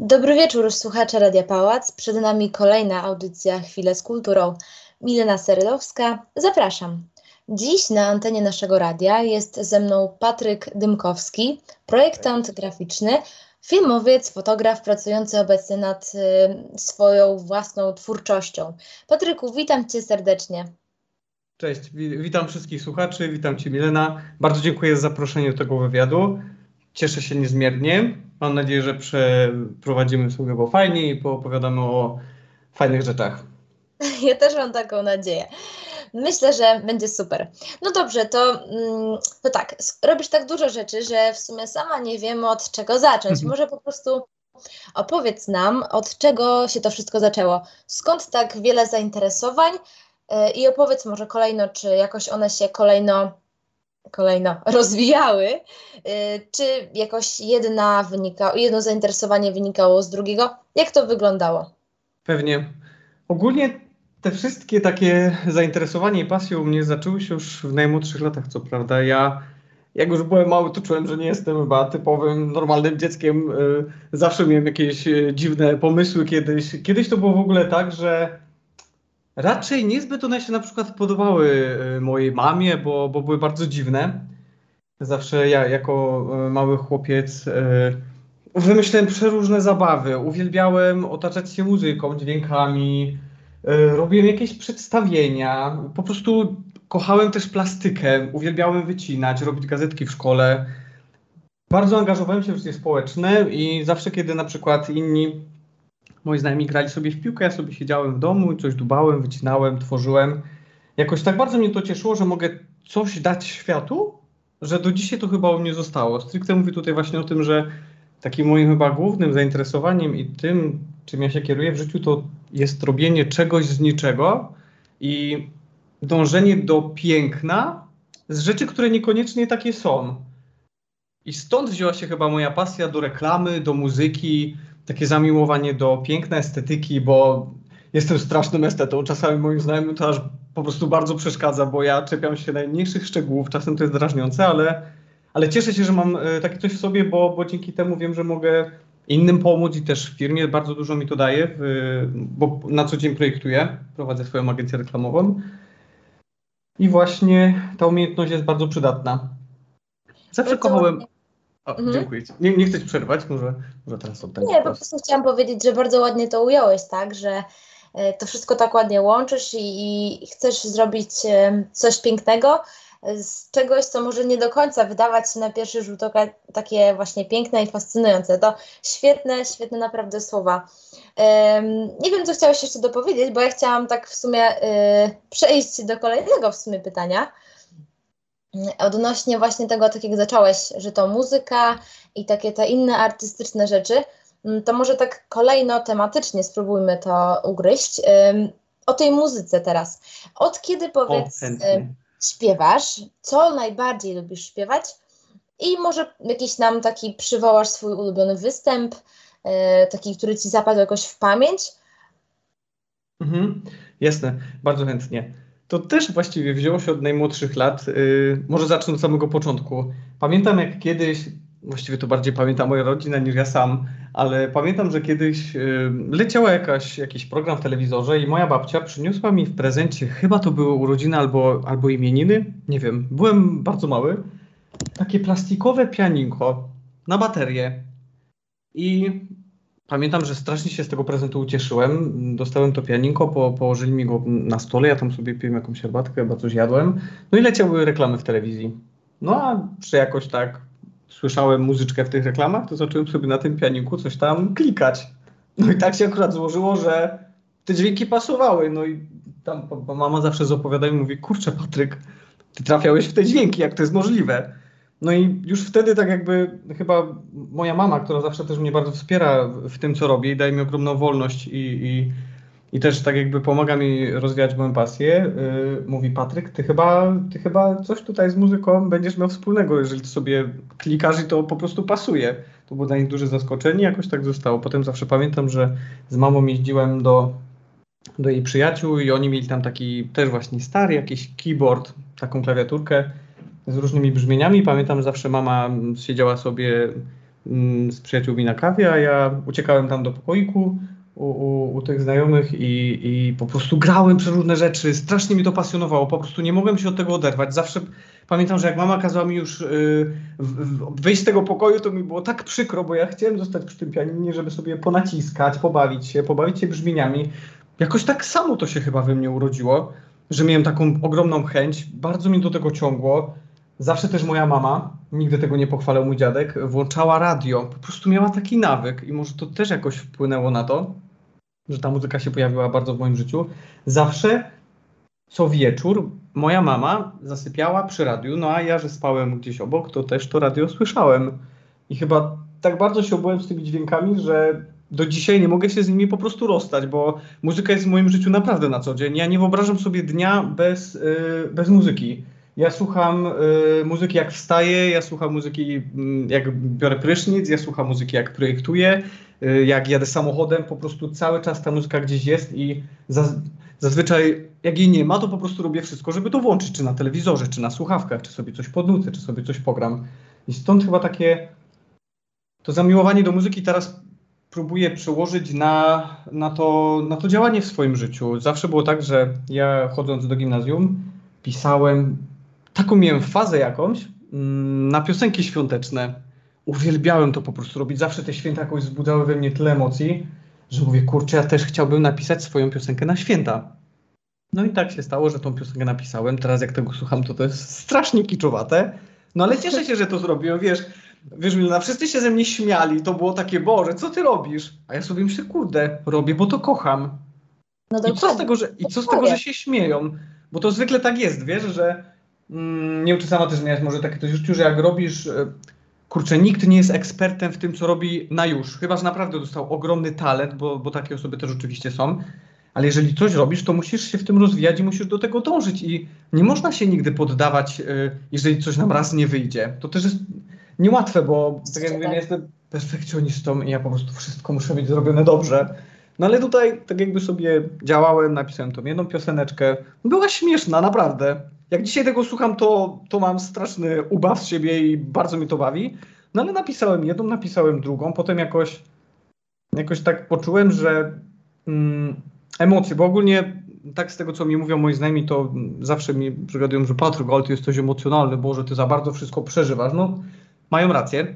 Dobry wieczór, słuchacze Radia Pałac. Przed nami kolejna audycja Chwile z kulturą. Milena Serylowska, zapraszam. Dziś na antenie naszego radia jest ze mną Patryk Dymkowski, projektant graficzny, filmowiec, fotograf pracujący obecnie nad swoją własną twórczością. Patryku, witam Cię serdecznie. Cześć, witam wszystkich słuchaczy, witam Cię Milena. Bardzo dziękuję za zaproszenie do tego wywiadu. Cieszę się niezmiernie. Mam nadzieję, że przeprowadzimy sobie go fajnie i poopowiadamy o fajnych rzeczach. Ja też mam taką nadzieję. Myślę, że będzie super. No dobrze, to tak, robisz tak dużo rzeczy, że w sumie sama nie wiem, od czego zacząć. Może po prostu opowiedz nam, od czego się to wszystko zaczęło. Skąd tak wiele zainteresowań i opowiedz może kolejno, czy jakoś one się kolejno rozwijały, czy jakoś jedno zainteresowanie wynikało z drugiego. Jak to wyglądało? Pewnie. Ogólnie te wszystkie takie zainteresowania i pasje u mnie zaczęły się już w najmłodszych latach, co prawda. Ja, jak już byłem mały, to czułem, że nie jestem chyba typowym, normalnym dzieckiem. Zawsze miałem jakieś dziwne pomysły kiedyś. Kiedyś to było w ogóle tak, że raczej niezbyt one się na przykład podobały mojej mamie, bo były bardzo dziwne. Zawsze ja jako mały chłopiec wymyślałem przeróżne zabawy. Uwielbiałem otaczać się muzyką, dźwiękami. Robiłem jakieś przedstawienia. Po prostu kochałem też plastykę. Uwielbiałem wycinać, robić gazetki w szkole. Bardzo angażowałem się w życie społeczne i zawsze, kiedy na przykład moi znajomi grali sobie w piłkę, ja sobie siedziałem w domu i coś dubałem, wycinałem, tworzyłem. Jakoś tak bardzo mnie to cieszyło, że mogę coś dać światu, że do dzisiaj to chyba u mnie zostało. Stricte mówię tutaj właśnie o tym, że takim moim chyba głównym zainteresowaniem i tym, czym ja się kieruję w życiu, to jest robienie czegoś z niczego i dążenie do piękna z rzeczy, które niekoniecznie takie są. I stąd wzięła się chyba moja pasja do reklamy, do muzyki, takie zamiłowanie do piękna, estetyki, bo jestem strasznym estetą. Czasami moim znajomym to aż po prostu bardzo przeszkadza, bo ja czepiam się najmniejszych szczegółów. Czasem to jest drażniące, ale cieszę się, że mam takie coś w sobie, bo dzięki temu wiem, że mogę innym pomóc i też w firmie bardzo dużo mi to daje, bo na co dzień projektuję, prowadzę swoją agencję reklamową i właśnie ta umiejętność jest bardzo przydatna. Zawsze kochałem... Dziękuję Ci. Nie chcę Ci przerwać, może teraz oddać. Nie, po prostu chciałam powiedzieć, że bardzo ładnie to ująłeś, tak, że to wszystko tak ładnie łączysz i chcesz zrobić coś pięknego z czegoś, co może nie do końca wydawać się na pierwszy rzut oka takie właśnie piękne i fascynujące. To świetne naprawdę słowa. Nie wiem, co chciałeś jeszcze dopowiedzieć, bo ja chciałam tak w sumie przejść do kolejnego w sumie pytania. Odnośnie właśnie tego, tak jak zacząłeś, że to muzyka i takie te inne artystyczne rzeczy, to może tak kolejno tematycznie spróbujmy to ugryźć. O tej muzyce teraz. Od kiedy, powiedz, śpiewasz? Co najbardziej lubisz śpiewać? I może jakiś nam taki przywołasz swój ulubiony występ, taki, który Ci zapadł jakoś w pamięć? Jasne, bardzo chętnie. To też właściwie wzięło się od najmłodszych lat. Może zacznę od samego początku. Pamiętam, jak kiedyś, właściwie to bardziej pamięta moja rodzina niż ja sam, ale pamiętam, że kiedyś leciała jakiś program w telewizorze i moja babcia przyniosła mi w prezencie, chyba to były urodziny albo imieniny, nie wiem, byłem bardzo mały, takie plastikowe pianinko na baterię. I pamiętam, że strasznie się z tego prezentu ucieszyłem. Dostałem to pianinko, położyli mi go na stole, ja tam sobie piłem jakąś herbatkę, chyba coś jadłem. No i leciały reklamy w telewizji. No a że jakoś tak słyszałem muzyczkę w tych reklamach, to zacząłem sobie na tym pianinku coś tam klikać. No i tak się akurat złożyło, że te dźwięki pasowały. No i tam mama zawsze z opowiadań mówi, kurczę Patryk, ty trafiałeś w te dźwięki, jak to jest możliwe? No i już wtedy tak jakby chyba moja mama, która zawsze też mnie bardzo wspiera w tym, co robię i daje mi ogromną wolność i też tak jakby pomaga mi rozwijać moją pasję, mówi Patryk, ty chyba coś tutaj z muzyką będziesz miał wspólnego, jeżeli ty sobie klikasz i to po prostu pasuje. To było dla nich duże zaskoczenie, jakoś tak zostało. Potem zawsze pamiętam, że z mamą jeździłem do jej przyjaciół i oni mieli tam taki też właśnie stary jakiś keyboard, taką klawiaturkę z różnymi brzmieniami. Pamiętam, że zawsze mama siedziała sobie z przyjaciółmi na kawie, a ja uciekałem tam do pokoiku u tych znajomych i po prostu grałem przeróżne rzeczy. Strasznie mnie to pasjonowało, po prostu nie mogłem się od tego oderwać. Zawsze pamiętam, że jak mama kazała mi już wyjść z tego pokoju, to mi było tak przykro, bo ja chciałem zostać przy tym pianinie, żeby sobie ponaciskać, pobawić się brzmieniami. Jakoś tak samo to się chyba we mnie urodziło, że miałem taką ogromną chęć, bardzo mnie do tego ciągło. Zawsze też moja mama, nigdy tego nie pochwalał mój dziadek, włączała radio. Po prostu miała taki nawyk i może to też jakoś wpłynęło na to, że ta muzyka się pojawiła bardzo w moim życiu. Zawsze co wieczór moja mama zasypiała przy radiu, no a ja, że spałem gdzieś obok, to też to radio słyszałem. I chyba tak bardzo się obyłem z tymi dźwiękami, że do dzisiaj nie mogę się z nimi po prostu rozstać, bo muzyka jest w moim życiu naprawdę na co dzień. Ja nie wyobrażam sobie dnia bez muzyki. Ja słucham muzyki jak wstaję, ja słucham muzyki jak biorę prysznic, ja słucham muzyki jak projektuję, jak jadę samochodem, po prostu cały czas ta muzyka gdzieś jest i zazwyczaj jak jej nie ma, to po prostu robię wszystko, żeby to włączyć, czy na telewizorze, czy na słuchawkach, czy sobie coś podnucę, czy sobie coś pogram. I stąd chyba takie to zamiłowanie do muzyki teraz próbuję przełożyć na to działanie w swoim życiu. Zawsze było tak, że ja chodząc do gimnazjum pisałem, taką miałem fazę jakąś na piosenki świąteczne. Uwielbiałem to po prostu robić. Zawsze te święta jakoś wzbudzały we mnie tyle emocji, że mówię, kurczę, ja też chciałbym napisać swoją piosenkę na święta. No i tak się stało, że tą piosenkę napisałem. Teraz jak tego słucham, to jest strasznie kiczowate. No ale cieszę się, że to zrobiłem. Wiesz, Milena, wszyscy się ze mnie śmiali. To było takie, Boże, co ty robisz? A ja sobie myślę, kurde, robię, bo to kocham. No I co z tego, że się śmieją? Bo to zwykle tak jest, wiesz, że nie wiem, czy sama też miałaś może takie coś w życiu, że jak robisz, kurczę, nikt nie jest ekspertem w tym, co robi na już. Chyba, że naprawdę dostał ogromny talent, bo takie osoby też oczywiście są. Ale jeżeli coś robisz, to musisz się w tym rozwijać i musisz do tego dążyć. I nie można się nigdy poddawać, jeżeli coś nam raz nie wyjdzie. To też jest niełatwe, bo tak jak mówię, ja jestem perfekcjonistą i ja po prostu wszystko muszę mieć zrobione dobrze. No ale tutaj tak jakby sobie działałem, napisałem tą jedną pioseneczkę. Była śmieszna, naprawdę. Jak dzisiaj tego słucham, to mam straszny ubaw z siebie i bardzo mi to bawi. No ale napisałem jedną, napisałem drugą. Potem jakoś tak poczułem, że emocje, bo ogólnie tak z tego, co mi mówią moi znajomi, to zawsze mi przygadują, że Patryk, ale ty jesteś emocjonalny, Boże, ty za bardzo wszystko przeżywasz. No, mają rację.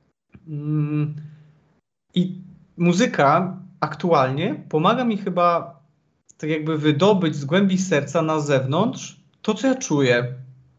I muzyka aktualnie pomaga mi chyba tak jakby wydobyć z głębi serca na zewnątrz to, co ja czuję.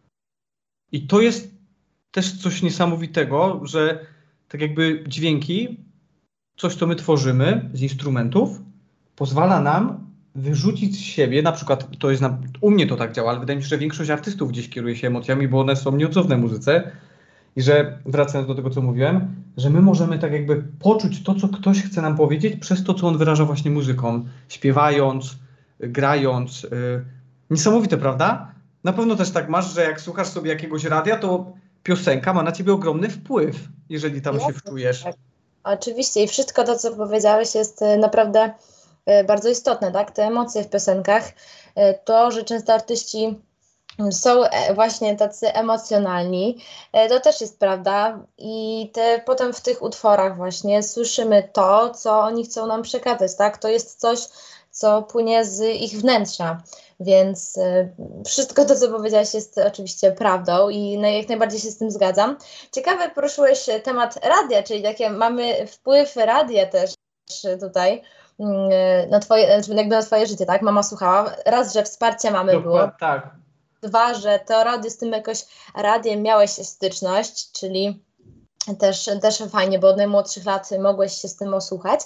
I to jest też coś niesamowitego, że tak jakby dźwięki, coś, co my tworzymy z instrumentów, pozwala nam wyrzucić z siebie, na przykład to jest u mnie to tak działa, ale wydaje mi się, że większość artystów gdzieś kieruje się emocjami, bo one są nieodzowne muzyce i że wracając do tego, co mówiłem, że my możemy tak jakby poczuć to, co ktoś chce nam powiedzieć przez to, co on wyraża właśnie muzyką, śpiewając, grając. Niesamowite, prawda? Na pewno też tak masz, że jak słuchasz sobie jakiegoś radia, to piosenka ma na ciebie ogromny wpływ, jeżeli tam się wczujesz. Tak. Oczywiście i wszystko to, co powiedziałeś, jest naprawdę bardzo istotne, tak? Te emocje w piosenkach, to, że często artyści są właśnie tacy emocjonalni, to też jest prawda i potem w tych utworach właśnie słyszymy to, co oni chcą nam przekazać, tak? To jest coś, co płynie z ich wnętrza, więc wszystko to, co powiedziałaś, jest oczywiście prawdą i jak najbardziej się z tym zgadzam. Ciekawe, poruszyłeś temat radia, czyli takie mamy wpływ radia też tutaj na twoje życie, tak? Mama słuchała. Raz, że wsparcie mamy było. Tak. Dwa, że teoretycznie z tym jakoś radiem miałeś styczność, czyli też fajnie, bo od najmłodszych lat mogłeś się z tym osłuchać.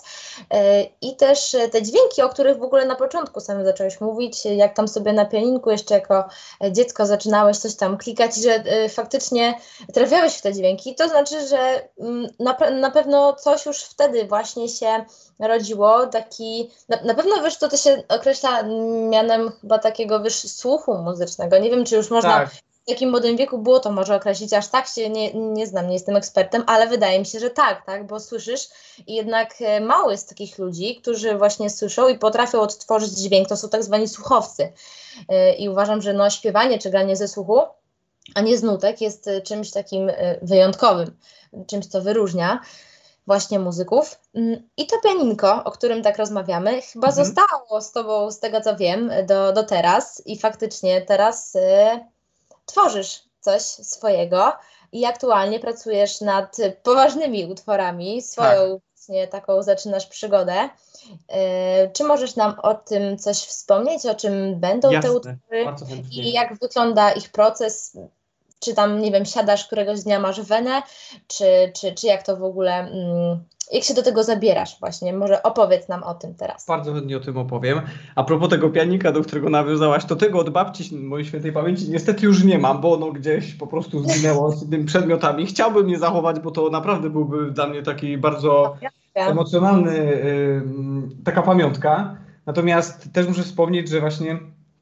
I też te dźwięki, o których w ogóle na początku sam zacząłeś mówić, jak tam sobie na pianinku jeszcze jako dziecko zaczynałeś coś tam klikać, że faktycznie trafiałeś w te dźwięki, to znaczy, że na pewno coś już wtedy właśnie się rodziło, na pewno wiesz, to się określa mianem chyba takiego słuchu muzycznego. Nie wiem, czy już można... Tak. W jakim młodym wieku było to może określić, aż tak się nie znam, nie jestem ekspertem, ale wydaje mi się, że tak, bo słyszysz i jednak mało jest takich ludzi, którzy właśnie słyszą i potrafią odtworzyć dźwięk, to są tak zwani słuchowcy i uważam, że śpiewanie czy granie ze słuchu a nie z nutek, jest czymś takim wyjątkowym, czymś, co wyróżnia właśnie muzyków. I to pianinko, o którym tak rozmawiamy, chyba zostało z Tobą, z tego co wiem, do teraz i faktycznie teraz tworzysz coś swojego i aktualnie pracujesz nad poważnymi utworami, swoją właśnie taką zaczynasz przygodę. Czy możesz nam o tym coś wspomnieć, o czym będą te utwory i jak wygląda ich proces? Czy tam, nie wiem, siadasz któregoś dnia, masz wenę, czy jak to w ogóle, jak się do tego zabierasz właśnie? Może opowiedz nam o tym teraz. Bardzo chętnie o tym opowiem. A propos tego pianika, do którego nawiązałaś, to tego od babci mojej świętej pamięci niestety już nie mam, bo ono gdzieś po prostu zginęło z tymi przedmiotami. Chciałbym je zachować, bo to naprawdę byłby dla mnie taki bardzo emocjonalny, taka pamiątka. Natomiast też muszę wspomnieć, że właśnie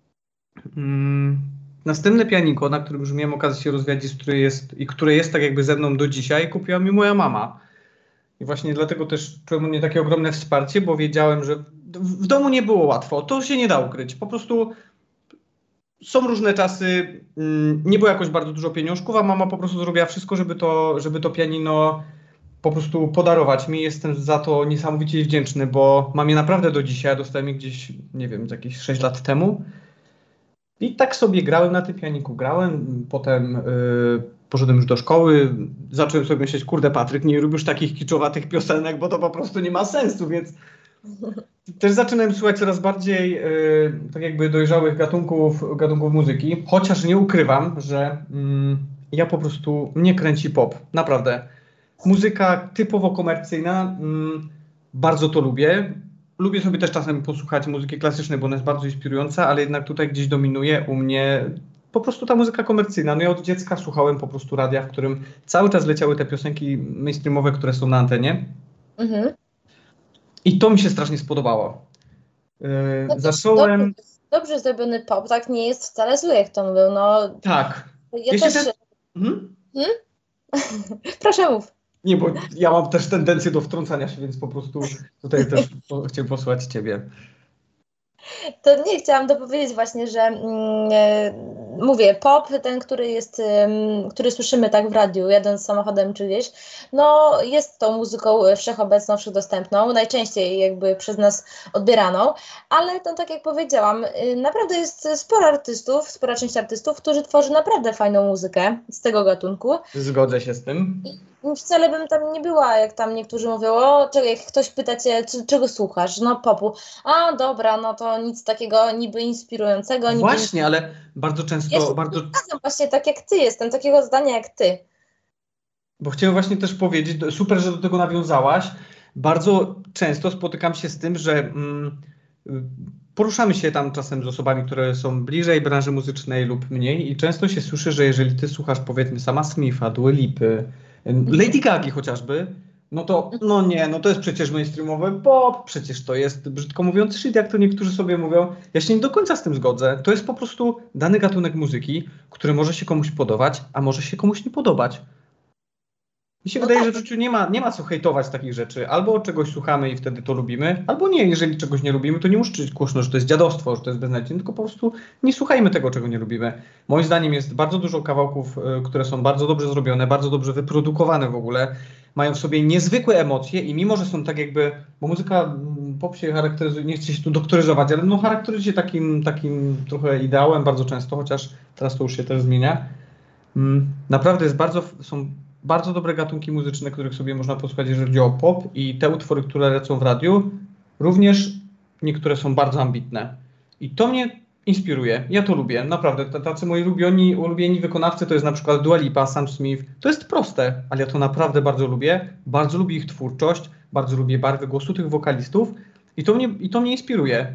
następne pianiko, na którym już miałem okazję się rozwijać, które jest tak jakby ze mną do dzisiaj, kupiła mi moja mama. I właśnie dlatego też czułem u mnie takie ogromne wsparcie, bo wiedziałem, że w domu nie było łatwo. To się nie da ukryć. Po prostu są różne czasy, nie było jakoś bardzo dużo pieniążków, a mama po prostu zrobiła wszystko, żeby to pianino po prostu podarować mi. Jestem za to niesamowicie wdzięczny, bo mam je naprawdę do dzisiaj. Dostałem je gdzieś, nie wiem, jakieś 6 lat temu. I tak sobie grałem na tym pianiku, potem poszedłem już do szkoły, zacząłem sobie myśleć, kurde Patryk, nie lubisz takich kiczowatych piosenek, bo to po prostu nie ma sensu, więc też zaczynałem słuchać coraz bardziej tak jakby dojrzałych gatunków muzyki, chociaż nie ukrywam, że ja po prostu mnie kręci pop, naprawdę. Muzyka typowo komercyjna, bardzo to lubię. Lubię sobie też czasem posłuchać muzyki klasycznej, bo ona jest bardzo inspirująca, ale jednak tutaj gdzieś dominuje u mnie po prostu ta muzyka komercyjna. No ja od dziecka słuchałem po prostu radia, w którym cały czas leciały te piosenki mainstreamowe, które są na antenie. I to mi się strasznie spodobało. Zacząłem... Dobrze zrobiony pop, tak nie jest wcale zły, jak to mówią. No, tak. Ja też... Proszę mów. Nie, bo ja mam też tendencję do wtrącania się, więc po prostu tutaj też chciałem posłuchać Ciebie. To nie, chciałam dopowiedzieć właśnie, że mówię, pop, ten, który słyszymy tak w radiu, jadąc samochodem czy gdzieś, no jest tą muzyką wszechobecną, wszechdostępną, najczęściej jakby przez nas odbieraną, ale to tak jak powiedziałam, naprawdę jest spora część artystów, którzy tworzy naprawdę fajną muzykę z tego gatunku. Zgodzę się z tym. Wcale bym tam nie była, jak tam niektórzy mówią, o, jak ktoś pyta cię, czego słuchasz? No popu. A, dobra, no to nic takiego niby inspirującego. Właśnie, ale bardzo często... Ja się zgadzam właśnie tak jak ty, jestem takiego zdania jak ty. Bo chciałem właśnie też powiedzieć, super, że do tego nawiązałaś, bardzo często spotykam się z tym, że poruszamy się tam czasem z osobami, które są bliżej branży muzycznej lub mniej i często się słyszy, że jeżeli ty słuchasz powiedzmy Sama Smitha, Dua Lipy, Lady Gagi chociażby, no to to jest przecież mainstreamowy pop, przecież to jest, brzydko mówiąc, shit, jak to niektórzy sobie mówią. Ja się nie do końca z tym zgodzę. To jest po prostu dany gatunek muzyki, który może się komuś podobać, a może się komuś nie podobać. Mi się wydaje, że w życiu nie ma co hejtować takich rzeczy. Albo czegoś słuchamy i wtedy to lubimy, albo nie. Jeżeli czegoś nie lubimy, to nie musi głośno, że to jest dziadostwo, że to jest beznadziejne, tylko po prostu nie słuchajmy tego, czego nie lubimy. Moim zdaniem jest bardzo dużo kawałków, które są bardzo dobrze zrobione, bardzo dobrze wyprodukowane w ogóle. Mają w sobie niezwykłe emocje i mimo, że są tak jakby, bo muzyka pop się charakteryzuje, nie chcę się tu doktoryzować, ale charakteryzuje się takim trochę ideałem bardzo często, chociaż teraz to już się też zmienia. Naprawdę są bardzo dobre gatunki muzyczne, których sobie można posłuchać, jeżeli chodzi o pop i te utwory, które lecą w radiu, również niektóre są bardzo ambitne. I to mnie inspiruje. Ja to lubię, naprawdę. Tacy moi ulubieni wykonawcy to jest na przykład Dua Lipa, Sam Smith. To jest proste, ale ja to naprawdę bardzo lubię. Bardzo lubię ich twórczość, bardzo lubię barwy głosu tych wokalistów i to mnie inspiruje.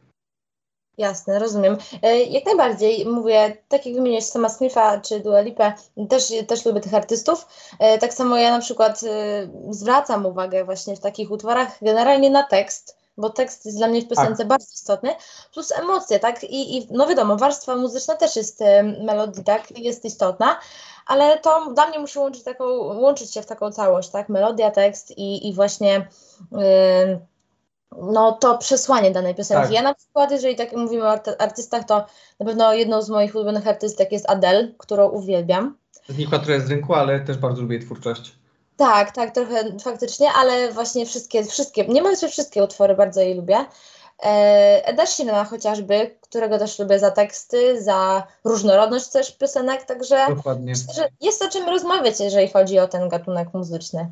Jasne, rozumiem. Jak najbardziej, mówię, tak jak wymieniłeś Sama Smitha czy Dua Lipę, też lubię tych artystów. Tak samo ja na przykład zwracam uwagę właśnie w takich utworach generalnie na tekst, bo tekst jest dla mnie w piosence bardzo istotny, plus emocje, tak? I no wiadomo, warstwa muzyczna też jest melodii, tak? Jest istotna, ale to dla mnie musi łączyć się w taką całość, tak? Melodia, tekst i właśnie... no, to przesłanie danej piosenki. Tak. Ja na przykład, jeżeli tak mówimy o artystach, to na pewno jedną z moich ulubionych artystek jest Adele, którą uwielbiam. Znikła trochę z rynku, ale też bardzo lubię jej twórczość. Tak, tak, trochę faktycznie, ale właśnie niemalże wszystkie utwory bardzo jej lubię. Eda Sheerana chociażby, którego też lubię za teksty, za różnorodność też piosenek, także Dokładnie. myślę, że jest o czym rozmawiać, jeżeli chodzi o ten gatunek muzyczny.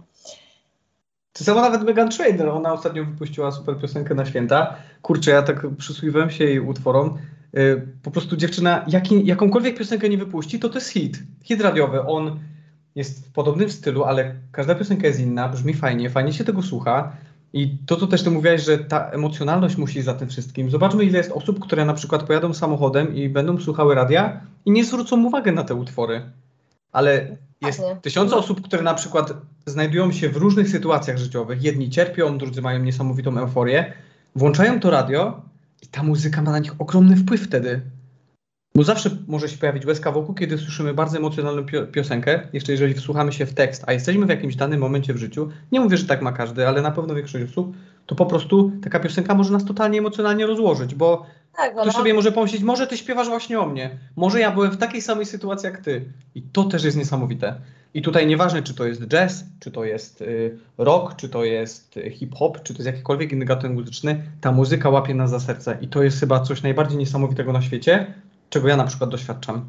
To samo nawet Meghan Trainor, ona ostatnio wypuściła super piosenkę na święta. Kurczę, ja tak przysłuchiwałem się jej utworom. Po prostu dziewczyna, jakąkolwiek piosenkę nie wypuści, to jest hit. Hit radiowy. On jest w podobnym stylu, ale każda piosenka jest inna, brzmi fajnie, fajnie się tego słucha. I to, co też ty mówiłaś, że ta emocjonalność musi za tym wszystkim. Zobaczmy, ile jest osób, które na przykład pojadą samochodem i będą słuchały radia i nie zwrócą uwagi na te utwory. Ale jest tysiące osób, które na przykład znajdują się w różnych sytuacjach życiowych. Jedni cierpią, drudzy mają niesamowitą euforię. Włączają to radio i ta muzyka ma na nich ogromny wpływ wtedy. Bo zawsze może się pojawić łezka wokół, kiedy słyszymy bardzo emocjonalną piosenkę, jeszcze jeżeli wsłuchamy się w tekst, a jesteśmy w jakimś danym momencie w życiu, nie mówię, że tak ma każdy, ale na pewno większość osób, to po prostu taka piosenka może nas totalnie emocjonalnie rozłożyć, bo Tak, ktoś sobie może pomyśleć, może ty śpiewasz właśnie o mnie, może ja byłem w takiej samej sytuacji jak ty. I to też jest niesamowite. I tutaj nieważne, czy to jest jazz, czy to jest rock, czy to jest hip-hop, czy to jest jakikolwiek inny gatunek muzyczny, ta muzyka łapie nas za serce. I to jest chyba coś najbardziej niesamowitego na świecie, czego ja na przykład doświadczam.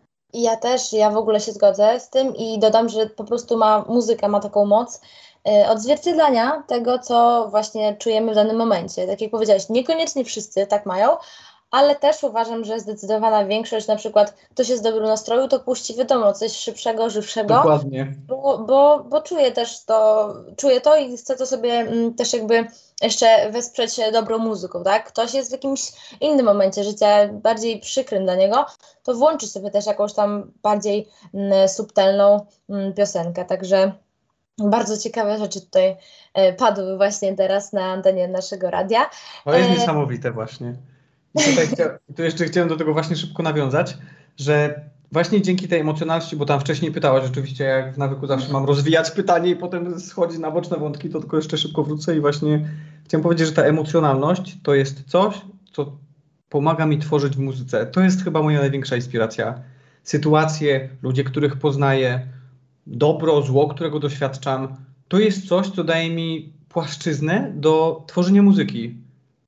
Ja w ogóle się zgodzę z tym i dodam, że po prostu muzyka ma taką moc odzwierciedlania tego, co właśnie czujemy w danym momencie. Tak jak powiedziałeś, niekoniecznie wszyscy tak mają, ale też uważam, że zdecydowana większość, na przykład ktoś jest w dobrym nastroju, to puści wiadomo coś szybszego, żywszego. Dokładnie. Bo czuję to i chcę to sobie też jakby jeszcze wesprzeć dobrą muzyką, tak? Ktoś jest w jakimś innym momencie życia, bardziej przykrym dla niego, to włączyć sobie też jakąś tam bardziej subtelną piosenkę, także bardzo ciekawe rzeczy tutaj padły właśnie teraz na antenie naszego radia. To jest niesamowite właśnie. I tu jeszcze chciałem do tego właśnie szybko nawiązać, że właśnie dzięki tej emocjonalności, bo tam wcześniej pytałaś oczywiście, jak w nawyku zawsze mam rozwijać pytanie i potem schodzić na boczne wątki, to tylko jeszcze szybko wrócę i właśnie chciałem powiedzieć, że ta emocjonalność to jest coś, co pomaga mi tworzyć w muzyce. To jest chyba moja największa inspiracja. Sytuacje, ludzie, których poznaję, dobro, zło, którego doświadczam, to jest coś, co daje mi płaszczyznę do tworzenia muzyki.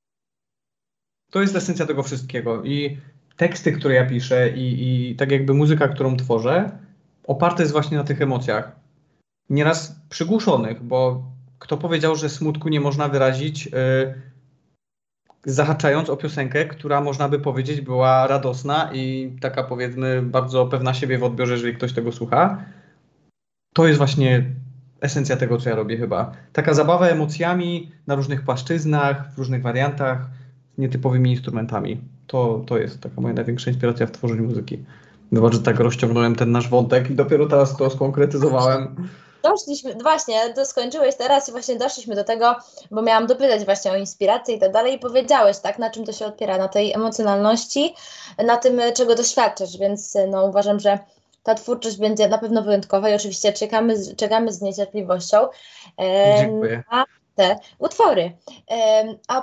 To jest esencja tego wszystkiego i teksty, które ja piszę i tak jakby muzyka, którą tworzę, oparte jest właśnie na tych emocjach. Nieraz przygłuszonych, bo kto powiedział, że smutku nie można wyrazić zahaczając o piosenkę, która można by powiedzieć była radosna i taka powiedzmy bardzo pewna siebie w odbiorze, jeżeli ktoś tego słucha. To jest właśnie esencja tego, co ja robię chyba. Taka zabawa emocjami na różnych płaszczyznach, w różnych wariantach, nietypowymi instrumentami. To jest taka moja największa inspiracja w tworzeniu muzyki. Wybacz, że tak rozciągnąłem ten nasz wątek i dopiero teraz to skonkretyzowałem. Skończyłeś teraz i właśnie doszliśmy do tego, bo miałam dopytać właśnie o inspirację i tak dalej i powiedziałeś, tak, na czym to się opiera, na tej emocjonalności, na tym, czego doświadczasz, więc no, uważam, że ta twórczość będzie na pewno wyjątkowa i oczywiście czekamy z niecierpliwością Dziękuję. na te utwory. A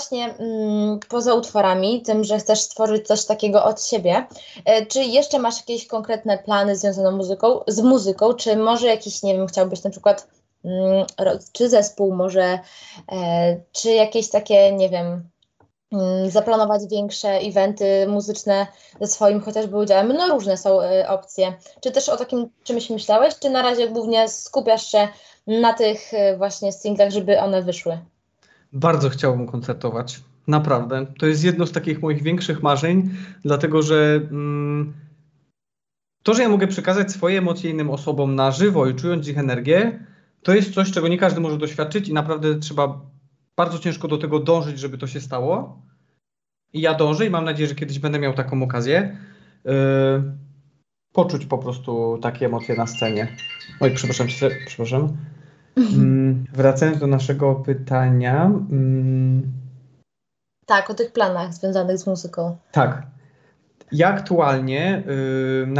poza utworami, tym, że chcesz stworzyć coś takiego od siebie, czy jeszcze masz jakieś konkretne plany związane z muzyką, czy może jakiś, nie wiem, chciałbyś na przykład, czy zespół może, czy jakieś takie, nie wiem, zaplanować większe eventy muzyczne ze swoim chociażby udziałem. No różne są opcje. Czy też o takim czymś myślałeś, czy na razie głównie skupiasz się na tych właśnie singlach, żeby one wyszły? Bardzo chciałbym koncertować. Naprawdę. To jest jedno z takich moich większych marzeń, dlatego że to, że ja mogę przekazać swoje emocje innym osobom na żywo i czując ich energię, to jest coś, czego nie każdy może doświadczyć i naprawdę trzeba bardzo ciężko do tego dążyć, żeby to się stało. I ja dążę i mam nadzieję, że kiedyś będę miał taką okazję poczuć po prostu takie emocje na scenie. Oj, przepraszam. Wracając do naszego pytania. Tak, o tych planach związanych z muzyką. Tak. Ja aktualnie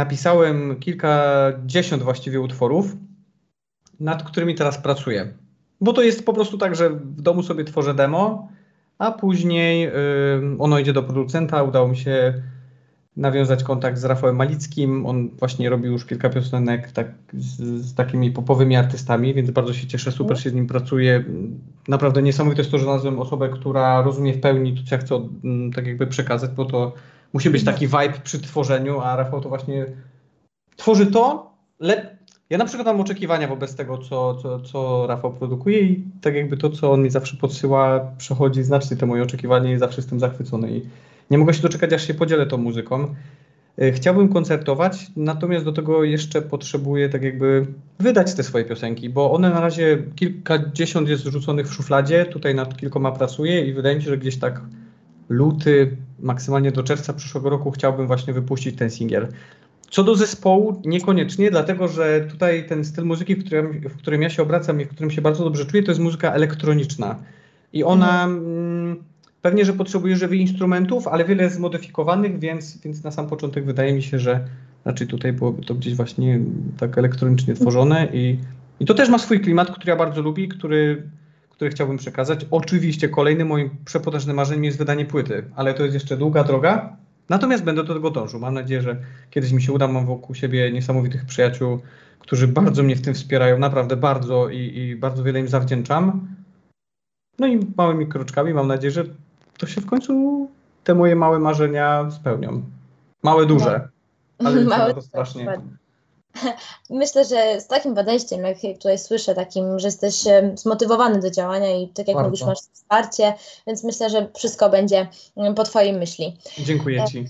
napisałem kilkadziesiąt właściwie utworów, nad którymi teraz pracuję. Bo to jest po prostu tak, że w domu sobie tworzę demo, a później ono idzie do producenta. Udało mi się nawiązać kontakt z Rafałem Malickim. On właśnie robił już kilka piosenek z takimi popowymi artystami, więc bardzo się cieszę, super się z nim pracuje. Naprawdę niesamowite jest to, że znalazłem osobę, która rozumie w pełni to, co ja chcę tak jakby przekazać, bo to musi być taki vibe przy tworzeniu, a Rafał to właśnie tworzy to. Ja na przykład mam oczekiwania wobec tego, co Rafał produkuje i tak jakby to, co on mi zawsze podsyła, przechodzi znacznie te moje oczekiwania i zawsze jestem zachwycony i nie mogę się doczekać, aż się podzielę tą muzyką. Chciałbym koncertować, natomiast do tego jeszcze potrzebuję tak jakby wydać te swoje piosenki, bo one na razie kilkadziesiąt jest rzuconych w szufladzie, tutaj nad kilkoma pracuję i wydaje mi się, że gdzieś tak luty, maksymalnie do czerwca przyszłego roku chciałbym właśnie wypuścić ten singiel. Co do zespołu, niekoniecznie, dlatego że tutaj ten styl muzyki, w którym ja się obracam i w którym się bardzo dobrze czuję, to jest muzyka elektroniczna. I ona pewnie, że potrzebuje żywych instrumentów, ale wiele jest zmodyfikowanych, więc na sam początek wydaje mi się, że raczej tutaj byłoby to gdzieś właśnie tak elektronicznie tworzone i to też ma swój klimat, który ja bardzo lubię, który chciałbym przekazać. Oczywiście kolejnym moim przepotężnym marzeniem jest wydanie płyty, ale to jest jeszcze długa droga. Natomiast będę do tego dążył. Mam nadzieję, że kiedyś mi się uda. Mam wokół siebie niesamowitych przyjaciół, którzy bardzo mnie w tym wspierają, naprawdę bardzo i bardzo wiele im zawdzięczam. No i małymi kroczkami mam nadzieję, że to się w końcu te moje małe marzenia spełnią. Małe, duże, ale liczę na to strasznie. Myślę, że z takim podejściem, jak tutaj słyszę, takim, że jesteś zmotywowany do działania i tak jak mówisz, masz wsparcie, więc myślę, że wszystko będzie po twojej myśli. Dziękuję ci.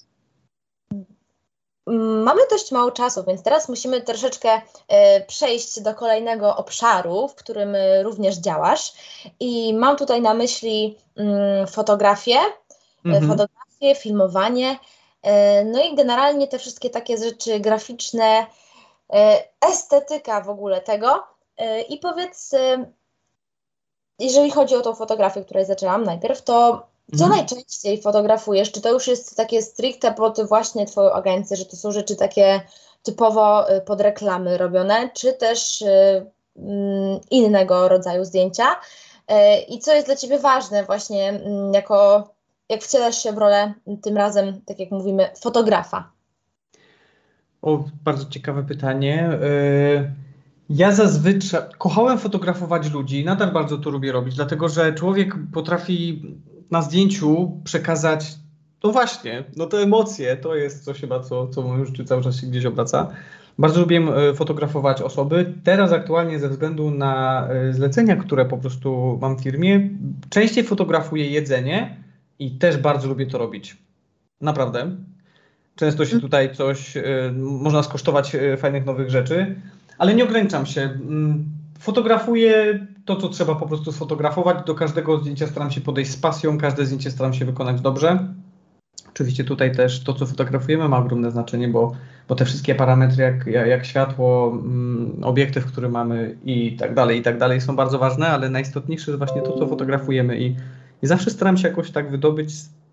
Mamy dość mało czasu, więc teraz musimy troszeczkę przejść do kolejnego obszaru, w którym również działasz. I mam tutaj na myśli fotografię, filmowanie, no i generalnie te wszystkie takie rzeczy graficzne, estetyka w ogóle tego. I powiedz, jeżeli chodzi o tą fotografię, której zaczęłam najpierw, to co najczęściej fotografujesz? Czy to już jest takie stricte pod właśnie twoją agencję, że to są rzeczy takie typowo pod reklamy robione, czy też innego rodzaju zdjęcia? I co jest dla ciebie ważne właśnie jak wcielasz się w rolę tym razem, tak jak mówimy, fotografa? O, bardzo ciekawe pytanie. Ja zazwyczaj kochałem fotografować ludzi, nadal bardzo to lubię robić, dlatego że człowiek potrafi na zdjęciu przekazać, no właśnie, no te emocje, to jest coś chyba, co w moim życiu cały czas się gdzieś obraca. Bardzo lubię fotografować osoby. Teraz aktualnie ze względu na zlecenia, które po prostu mam w firmie, częściej fotografuję jedzenie i też bardzo lubię to robić. Naprawdę. Często się tutaj można skosztować fajnych nowych rzeczy, ale nie ograniczam się. Fotografuję to, co trzeba po prostu sfotografować. Do każdego zdjęcia staram się podejść z pasją, każde zdjęcie staram się wykonać dobrze. Oczywiście tutaj też to, co fotografujemy, ma ogromne znaczenie, bo te wszystkie parametry jak światło, obiektyw, który mamy i tak dalej są bardzo ważne, ale najistotniejsze jest właśnie to, co fotografujemy i zawsze staram się jakoś tak wydobyć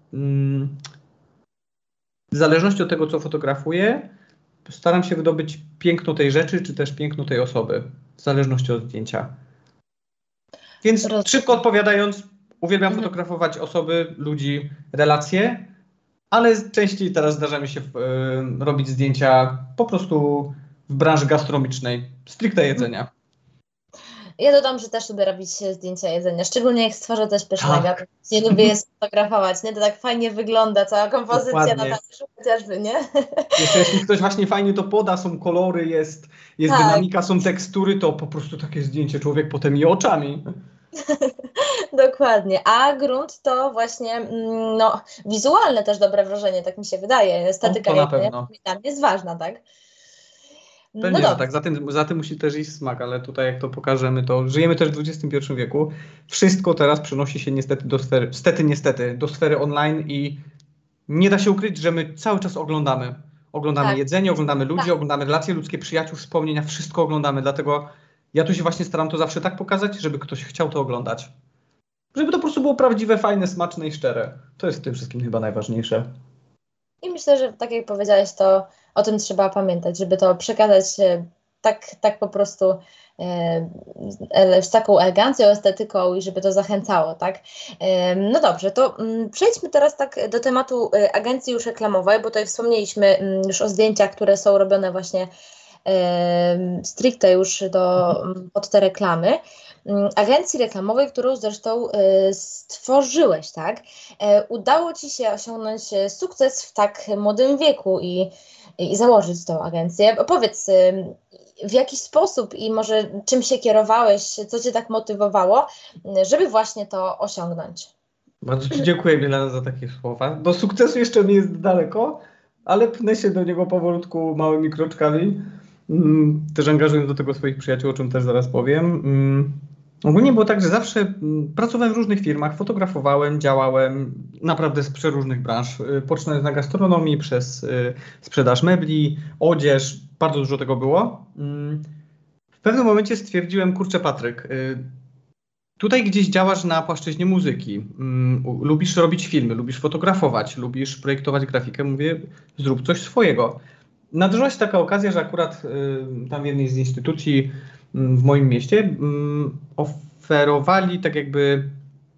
w zależności od tego, co fotografuję, staram się wydobyć piękno tej rzeczy, czy też piękno tej osoby, w zależności od zdjęcia. Więc szybko odpowiadając, uwielbiam fotografować osoby, ludzi, relacje, ale częściej teraz zdarza mi się robić zdjęcia po prostu w branży gastronomicznej, stricte jedzenia. Ja dodam, że też lubię robić zdjęcia jedzenia, szczególnie jak stworzę coś pysznego. Tak. Nie lubię je sfotografować, nie? To tak fajnie wygląda, cała kompozycja Dokładnie. Na talerzu chociażby, nie? Jeszcze jeśli ktoś właśnie fajnie to poda, są kolory, jest tak. Dynamika, są tekstury, to po prostu takie zdjęcie człowiek potem i oczami. Dokładnie, a grunt to właśnie wizualne też dobre wrażenie, tak mi się wydaje. Estetyka jest ważna, tak? Pewnie, że tak. Za tym musi też iść smak, ale tutaj jak to pokażemy, to żyjemy też w XXI wieku. Wszystko teraz przenosi się niestety do sfery online i nie da się ukryć, że my cały czas oglądamy. Oglądamy tak. Jedzenie, oglądamy ludzi, oglądamy relacje ludzkie, przyjaciół, wspomnienia, wszystko oglądamy. Dlatego ja tu się właśnie staram to zawsze tak pokazać, żeby ktoś chciał to oglądać. Żeby to po prostu było prawdziwe, fajne, smaczne i szczere. To jest w tym wszystkim chyba najważniejsze. I myślę, że tak jak powiedziałeś, to o tym trzeba pamiętać, żeby to przekazać tak po prostu z taką elegancją, estetyką i żeby to zachęcało, tak? No dobrze, to przejdźmy teraz tak do tematu agencji już reklamowej, bo tutaj wspomnieliśmy już o zdjęciach, które są robione właśnie stricte już pod te reklamy. Agencji reklamowej, którą zresztą stworzyłeś, tak? Udało Ci się osiągnąć sukces w tak młodym wieku i założyć tą agencję. Powiedz, w jaki sposób i może czym się kierowałeś, co Cię tak motywowało, żeby właśnie to osiągnąć? Bardzo Ci dziękuję, Milena, za takie słowa. Do sukcesu jeszcze mi jest daleko, ale pnę się do niego powolutku, małymi kroczkami. Też angażuję do tego swoich przyjaciół, o czym też zaraz powiem. Ogólnie było tak, że zawsze pracowałem w różnych firmach, fotografowałem, działałem naprawdę z przeróżnych branż. Poczynając na gastronomii, przez sprzedaż mebli, odzież, bardzo dużo tego było. W pewnym momencie stwierdziłem, kurczę Patryk, tutaj gdzieś działasz na płaszczyźnie muzyki, lubisz robić filmy, lubisz fotografować, lubisz projektować grafikę, mówię, zrób coś swojego. Nadarzyła się taka okazja, że akurat tam w jednej z instytucji w moim mieście oferowali tak jakby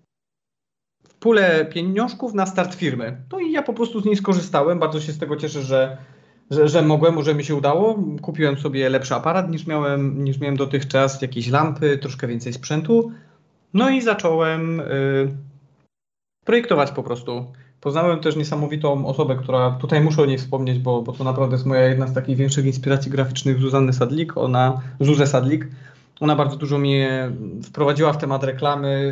w pulę pieniążków na start firmy. No i ja po prostu z niej skorzystałem, bardzo się z tego cieszę, że mogłem, że mi się udało. Kupiłem sobie lepszy aparat niż miałem dotychczas, jakieś lampy, troszkę więcej sprzętu. No i zacząłem projektować po prostu. Poznałem też niesamowitą osobę, która, tutaj muszę o niej wspomnieć, bo to naprawdę jest moja jedna z takich większych inspiracji graficznych, Zuzę Sadlik. Ona bardzo dużo mnie wprowadziła w temat reklamy,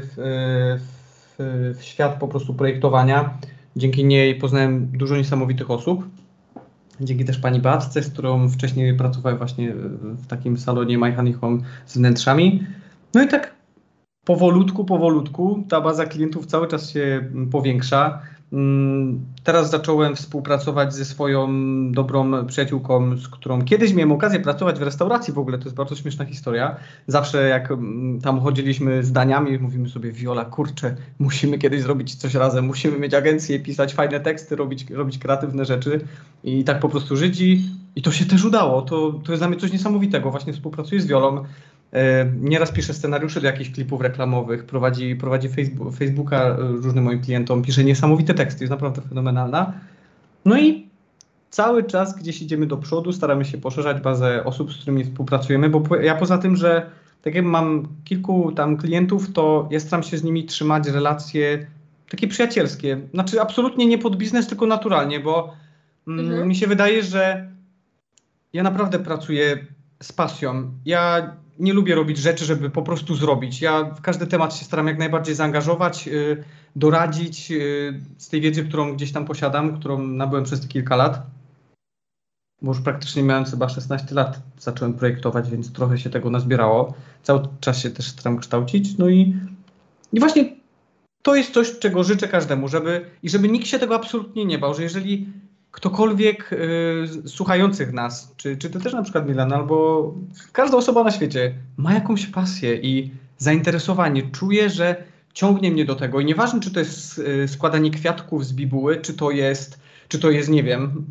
w świat po prostu projektowania. Dzięki niej poznałem dużo niesamowitych osób. Dzięki też pani Beatce, z którą wcześniej pracowałem właśnie w takim salonie My Honey Home z wnętrzami. No i tak powolutku ta baza klientów cały czas się powiększa. Teraz zacząłem współpracować ze swoją dobrą przyjaciółką, z którą kiedyś miałem okazję pracować w restauracji w ogóle. To jest bardzo śmieszna historia. Zawsze jak tam chodziliśmy z daniami, mówimy sobie, Viola, kurczę, musimy kiedyś zrobić coś razem, musimy mieć agencję, pisać fajne teksty, robić kreatywne rzeczy i tak po prostu żyć i to się też udało. To jest dla mnie coś niesamowitego. Właśnie współpracuję z Violą. Nieraz pisze scenariusze do jakichś klipów reklamowych, prowadzi Facebooka różnym moim klientom, pisze niesamowite teksty, jest naprawdę fenomenalna. No i cały czas gdzieś idziemy do przodu, staramy się poszerzać bazę osób, z którymi współpracujemy, bo ja poza tym, że tak jak mam kilku tam klientów, to ja staram się z nimi trzymać relacje takie przyjacielskie. Znaczy absolutnie nie pod biznes, tylko naturalnie, bo mi się wydaje, że ja naprawdę pracuję z pasją. Ja nie lubię robić rzeczy, żeby po prostu zrobić. Ja w każdy temat się staram jak najbardziej zaangażować, doradzić z tej wiedzy, którą gdzieś tam posiadam, którą nabyłem przez te kilka lat. Bo już praktycznie miałem chyba 16 lat, zacząłem projektować, więc trochę się tego nazbierało. Cały czas się też staram kształcić. No i właśnie to jest coś, czego życzę każdemu, żeby nikt się tego absolutnie nie bał, że jeżeli ktokolwiek słuchających nas, czy ty też na przykład Milena, albo każda osoba na świecie ma jakąś pasję i zainteresowanie, czuje, że ciągnie mnie do tego i nieważne, czy to jest składanie kwiatków z bibuły, czy to jest nie wiem,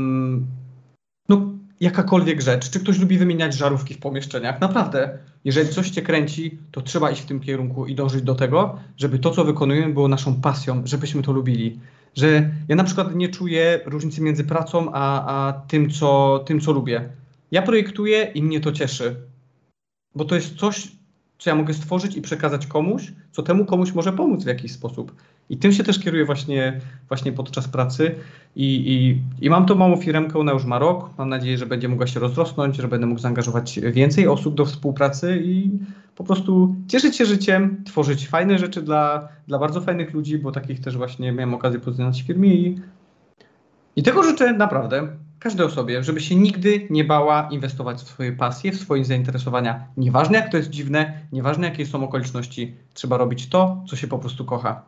no jakakolwiek rzecz, czy ktoś lubi wymieniać żarówki w pomieszczeniach, naprawdę, jeżeli coś cię kręci, to trzeba iść w tym kierunku i dążyć do tego, żeby to, co wykonujemy, było naszą pasją, żebyśmy to lubili. Że ja na przykład nie czuję różnicy między pracą a tym, co lubię. Ja projektuję i mnie to cieszy, bo to jest coś, co ja mogę stworzyć i przekazać komuś, co temu komuś może pomóc w jakiś sposób. I tym się też kieruję właśnie podczas pracy i mam tą małą firmkę, ona już ma rok. Mam nadzieję, że będzie mogła się rozrosnąć, że będę mógł zaangażować więcej osób do współpracy i po prostu cieszyć się życiem, tworzyć fajne rzeczy dla bardzo fajnych ludzi, bo takich też właśnie miałem okazję poznać w firmie i tego życzę naprawdę każdej osobie, żeby się nigdy nie bała inwestować w swoje pasje, w swoje zainteresowania. Nieważne jak to jest dziwne, nieważne jakie są okoliczności, trzeba robić to, co się po prostu kocha.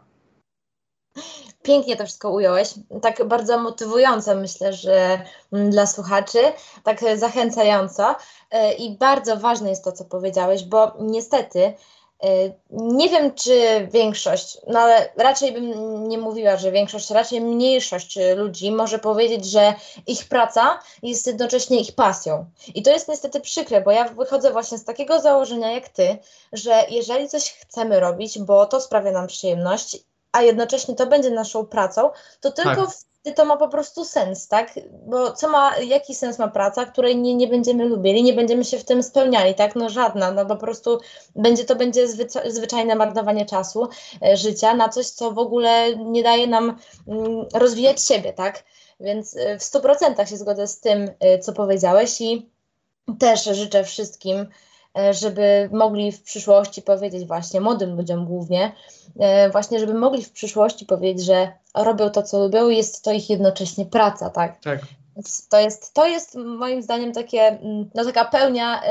Pięknie to wszystko ująłeś, tak bardzo motywująco myślę, że dla słuchaczy, tak zachęcająco i bardzo ważne jest to, co powiedziałeś, bo niestety Nie wiem, czy większość, no ale raczej bym nie mówiła, że większość, raczej mniejszość ludzi może powiedzieć, że ich praca jest jednocześnie ich pasją. I to jest niestety przykre, bo ja wychodzę właśnie z takiego założenia jak ty, że jeżeli coś chcemy robić, bo to sprawia nam przyjemność, a jednocześnie to będzie naszą pracą, to tylko wtedy to ma po prostu sens, tak? Bo jaki sens ma praca, której nie będziemy lubili, nie będziemy się w tym spełniali, tak? No żadna, no po prostu będzie zwyczajne marnowanie czasu, życia na coś, co w ogóle nie daje nam rozwijać siebie, tak? Więc w 100% się zgodzę z tym, co powiedziałeś i też życzę wszystkim, żeby mogli w przyszłości powiedzieć właśnie, młodym ludziom głównie, właśnie żeby mogli w przyszłości powiedzieć, że robią to, co lubią i jest to ich jednocześnie praca, tak? Tak. Więc to jest moim zdaniem taka pełnia,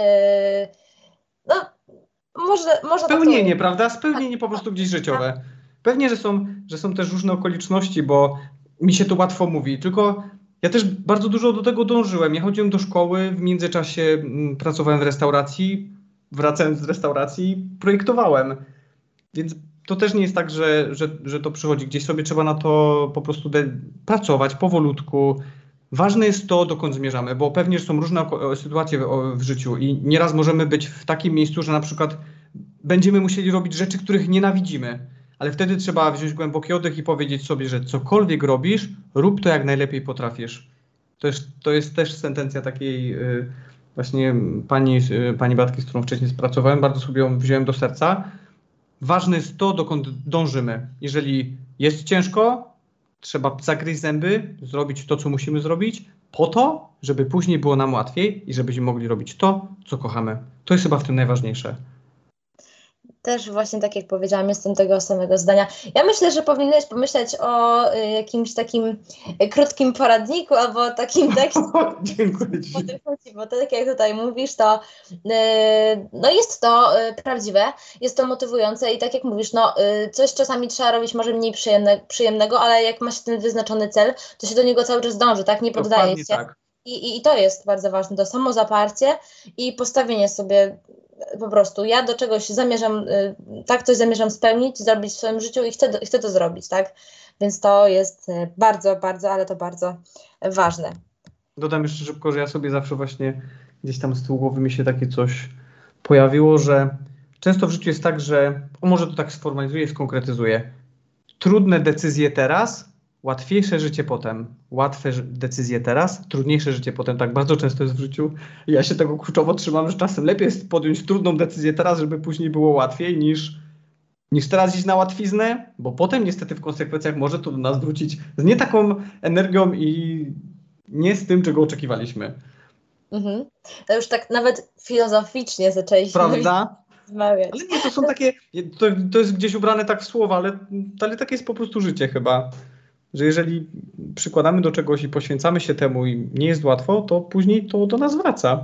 no można spełnienie, prawda? Spełnienie po prostu gdzieś życiowe. Pewnie, że są też różne okoliczności, bo mi się to łatwo mówi, tylko ja też bardzo dużo do tego dążyłem. Ja chodziłem do szkoły, w międzyczasie pracowałem w restauracji, wracając z restauracji projektowałem. Więc to też nie jest tak, że to przychodzi gdzieś sobie, trzeba na to po prostu pracować powolutku. Ważne jest to, dokąd zmierzamy, bo pewnie są różne sytuacje w życiu i nieraz możemy być w takim miejscu, że na przykład będziemy musieli robić rzeczy, których nienawidzimy, ale wtedy trzeba wziąć głęboki oddech i powiedzieć sobie, że cokolwiek robisz, rób to jak najlepiej potrafisz. To jest też sentencja takiej właśnie pani Batki, z którą wcześniej pracowałem, bardzo sobie ją wziąłem do serca. Ważne jest to, dokąd dążymy. Jeżeli jest ciężko, trzeba zagryźć zęby, zrobić to, co musimy zrobić, po to, żeby później było nam łatwiej i żebyśmy mogli robić to, co kochamy. To jest chyba w tym najważniejsze. Też właśnie tak jak powiedziałam, jestem tego samego zdania. Ja myślę, że powinieneś pomyśleć o jakimś takim krótkim poradniku albo takim tekście. Dziękuję ci. Bo tak jak tutaj mówisz, to no jest to prawdziwe, jest to motywujące i tak jak mówisz, no coś czasami trzeba robić może mniej przyjemnego, ale jak ma się ten wyznaczony cel, to się do niego cały czas dąży, tak? Nie poddaje się. Tak. I to jest bardzo ważne, to samozaparcie i postawienie sobie po prostu, ja do czegoś zamierzam, tak coś zamierzam spełnić, zrobić w swoim życiu i chcę to zrobić, tak? Więc to jest bardzo, bardzo, ale to bardzo ważne. Dodam jeszcze szybko, że ja sobie zawsze właśnie gdzieś tam z tyłu głowy mi się takie coś pojawiło, że często w życiu jest tak, że może to tak sformalizuję, skonkretyzuję. Trudne decyzje teraz, łatwiejsze życie potem. Łatwe decyzje teraz, trudniejsze życie potem. Tak bardzo często jest w życiu. I ja się tego kurczowo trzymam, że czasem lepiej jest podjąć trudną decyzję teraz, żeby później było łatwiej, niż teraz iść na łatwiznę, bo potem niestety w konsekwencjach może to do nas wrócić z nie taką energią i nie z tym, czego oczekiwaliśmy. Mhm. To już tak nawet filozoficznie zaczęliśmy. Prawda? Rozmawiać. Ale nie, to są takie, to jest gdzieś ubrane tak w słowa, ale takie jest po prostu życie chyba. Że jeżeli przykładamy do czegoś i poświęcamy się temu i nie jest łatwo, to później to do nas wraca.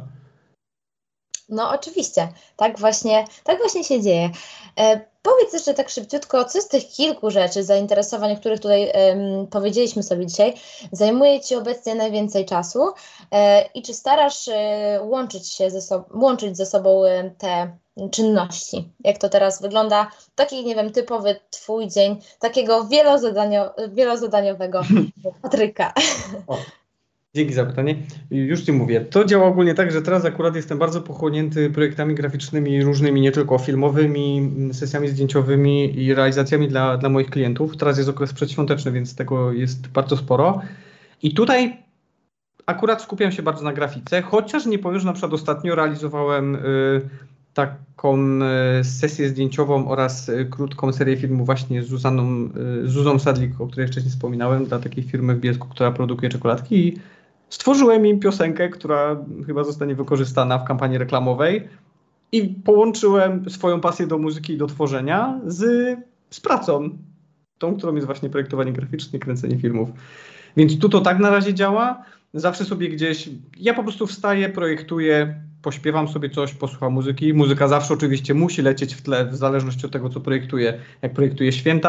No oczywiście, tak właśnie się dzieje. Powiedz jeszcze tak szybciutko, co z tych kilku rzeczy, zainteresowań, o których tutaj powiedzieliśmy sobie dzisiaj, zajmuje Ci obecnie najwięcej czasu i czy starasz łączyć ze sobą te czynności? Jak to teraz wygląda? Taki, nie wiem, typowy Twój dzień, takiego wielozadaniowego Patryka. O. Dzięki za pytanie. Już Ci mówię. To działa ogólnie tak, że teraz akurat jestem bardzo pochłonięty projektami graficznymi różnymi, nie tylko filmowymi, sesjami zdjęciowymi i realizacjami dla moich klientów. Teraz jest okres przedświąteczny, więc tego jest bardzo sporo. I tutaj akurat skupiam się bardzo na grafice, chociaż nie powiem, że na przykład ostatnio realizowałem taką sesję zdjęciową oraz krótką serię filmów właśnie z Zuzą Sadlik, o której wcześniej wspominałem, dla takiej firmy w Bielsku, która produkuje czekoladki i stworzyłem im piosenkę, która chyba zostanie wykorzystana w kampanii reklamowej i połączyłem swoją pasję do muzyki i do tworzenia z pracą, tą, którą jest właśnie projektowanie graficzne, kręcenie filmów. Więc tu to tak na razie działa. Zawsze sobie gdzieś, ja po prostu wstaję, projektuję, pośpiewam sobie coś, posłucham muzyki. Muzyka zawsze oczywiście musi lecieć w tle, w zależności od tego, co projektuję. Jak projektuję święta,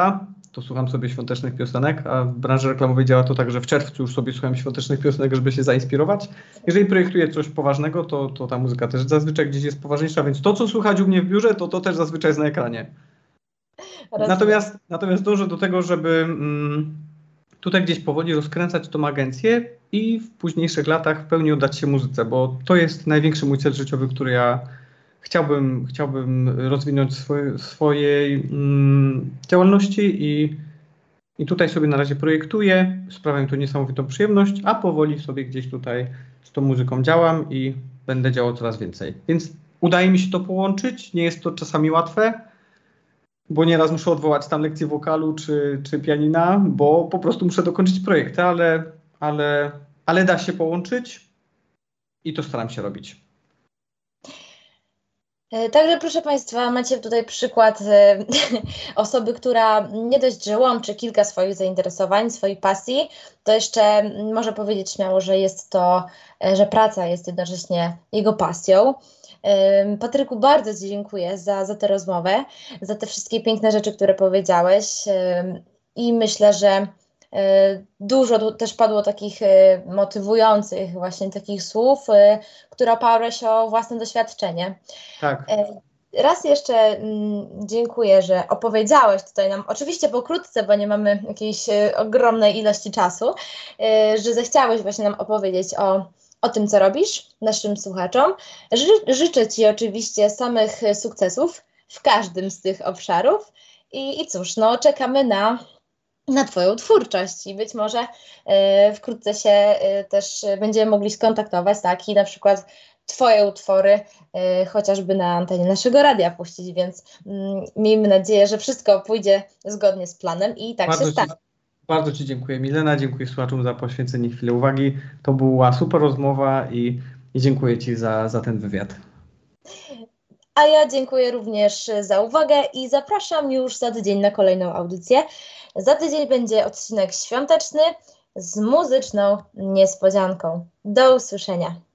to słucham sobie świątecznych piosenek, a w branży reklamowej działa to tak, że w czerwcu już sobie słucham świątecznych piosenek, żeby się zainspirować. Jeżeli projektuję coś poważnego, to ta muzyka też zazwyczaj gdzieś jest poważniejsza, więc to, co słychać u mnie w biurze, to też zazwyczaj jest na ekranie. Natomiast dążę do tego, żeby tutaj gdzieś powoli rozkręcać tą agencję i w późniejszych latach w pełni oddać się muzyce, bo to jest największy mój cel życiowy, który ja chciałbym rozwinąć swojej działalności i tutaj sobie na razie projektuję, sprawia mi to niesamowitą przyjemność, a powoli sobie gdzieś tutaj z tą muzyką działam i będę działał coraz więcej. Więc udaje mi się to połączyć, nie jest to czasami łatwe, bo nieraz muszę odwołać tam lekcję wokalu czy pianina, bo po prostu muszę dokończyć projekty, ale da się połączyć i to staram się robić. Także proszę Państwa, macie tutaj przykład osoby, która nie dość, że łączy kilka swoich zainteresowań, swoich pasji, to jeszcze może powiedzieć śmiało, że jest to, że praca jest jednocześnie jego pasją. Patryku, bardzo Ci dziękuję za tę rozmowę, za te wszystkie piękne rzeczy, które powiedziałeś i myślę, że dużo tu też padło takich motywujących właśnie takich słów, które oparły się o własne doświadczenie. Tak. Raz jeszcze dziękuję, że opowiedziałeś tutaj nam, oczywiście pokrótce, bo nie mamy jakiejś ogromnej ilości czasu, że zechciałeś właśnie nam opowiedzieć o tym, co robisz naszym słuchaczom. Życzę Ci oczywiście samych sukcesów w każdym z tych obszarów i cóż, no czekamy na Twoją twórczość i być może wkrótce się też będziemy mogli skontaktować, tak, i na przykład Twoje utwory chociażby na antenie naszego radia puścić, więc miejmy nadzieję, że wszystko pójdzie zgodnie z planem i tak się stanie. Bardzo Ci dziękuję, Milena, dziękuję słuchaczom za poświęcenie chwili uwagi. To była super rozmowa i dziękuję Ci za ten wywiad. A ja dziękuję również za uwagę i zapraszam już za tydzień na kolejną audycję. Za tydzień będzie odcinek świąteczny z muzyczną niespodzianką. Do usłyszenia.